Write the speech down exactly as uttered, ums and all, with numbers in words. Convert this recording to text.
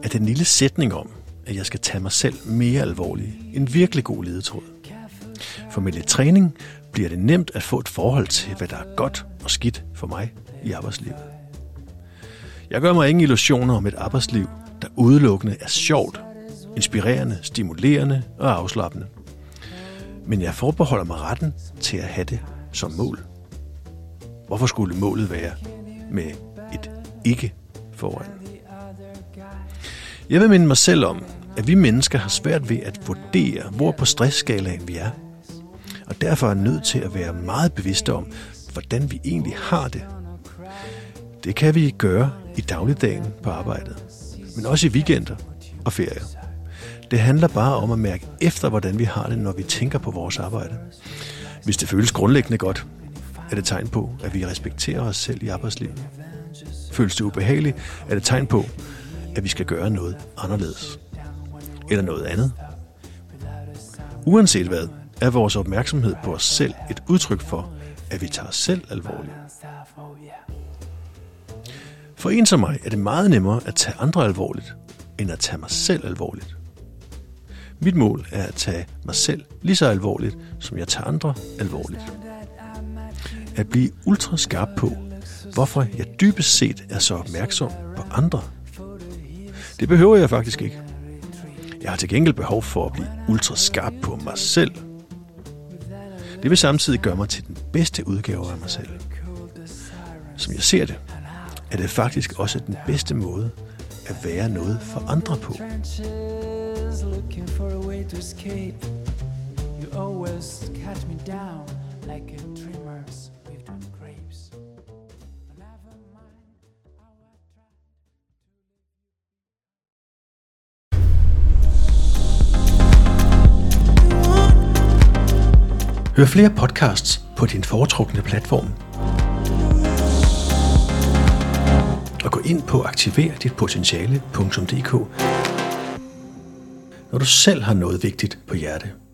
er den lille sætning om, at jeg skal tage mig selv mere alvorligt, en virkelig god ledetråd. For med lidt træning bliver det nemt at få et forhold til, hvad der er godt og skidt for mig i arbejdslivet. Jeg gør mig ingen illusioner om et arbejdsliv, der udelukkende er sjovt, inspirerende, stimulerende og afslappende. Men jeg forbeholder mig retten til at have det som mål. Hvorfor skulle målet være med et ikke foran? Jeg vil minde mig selv om, at vi mennesker har svært ved at vurdere, hvor på stressskalaen vi er. Og derfor er nødt til at være meget bevidste om, hvordan vi egentlig har det. Det kan vi gøre i dagligdagen på arbejdet, men også i weekender og ferier. Det handler bare om at mærke efter, hvordan vi har det, når vi tænker på vores arbejde. Hvis det føles grundlæggende godt, er det tegn på, at vi respekterer os selv i arbejdslivet. Føles det ubehageligt, er det tegn på, at vi skal gøre noget anderledes. Eller noget andet. Uanset hvad, er vores opmærksomhed på os selv et udtryk for, at vi tager os selv alvorligt. For en som mig er det meget nemmere at tage andre alvorligt, end at tage mig selv alvorligt. Mit mål er at tage mig selv lige så alvorligt, som jeg tager andre alvorligt. At blive ultra skarp på, hvorfor jeg dybest set er så opmærksom på andre. Det behøver jeg faktisk ikke. Jeg har til gengæld behov for at blive ultra skarp på mig selv. Det vil samtidig gøre mig til den bedste udgave af mig selv. Som jeg ser det, er det faktisk også den bedste måde at være noget for andre på. Hør flere podcasts på din foretrukne platform. Og gå ind på aktiver dit potentiale punktum d k, når du selv har noget vigtigt på hjerte.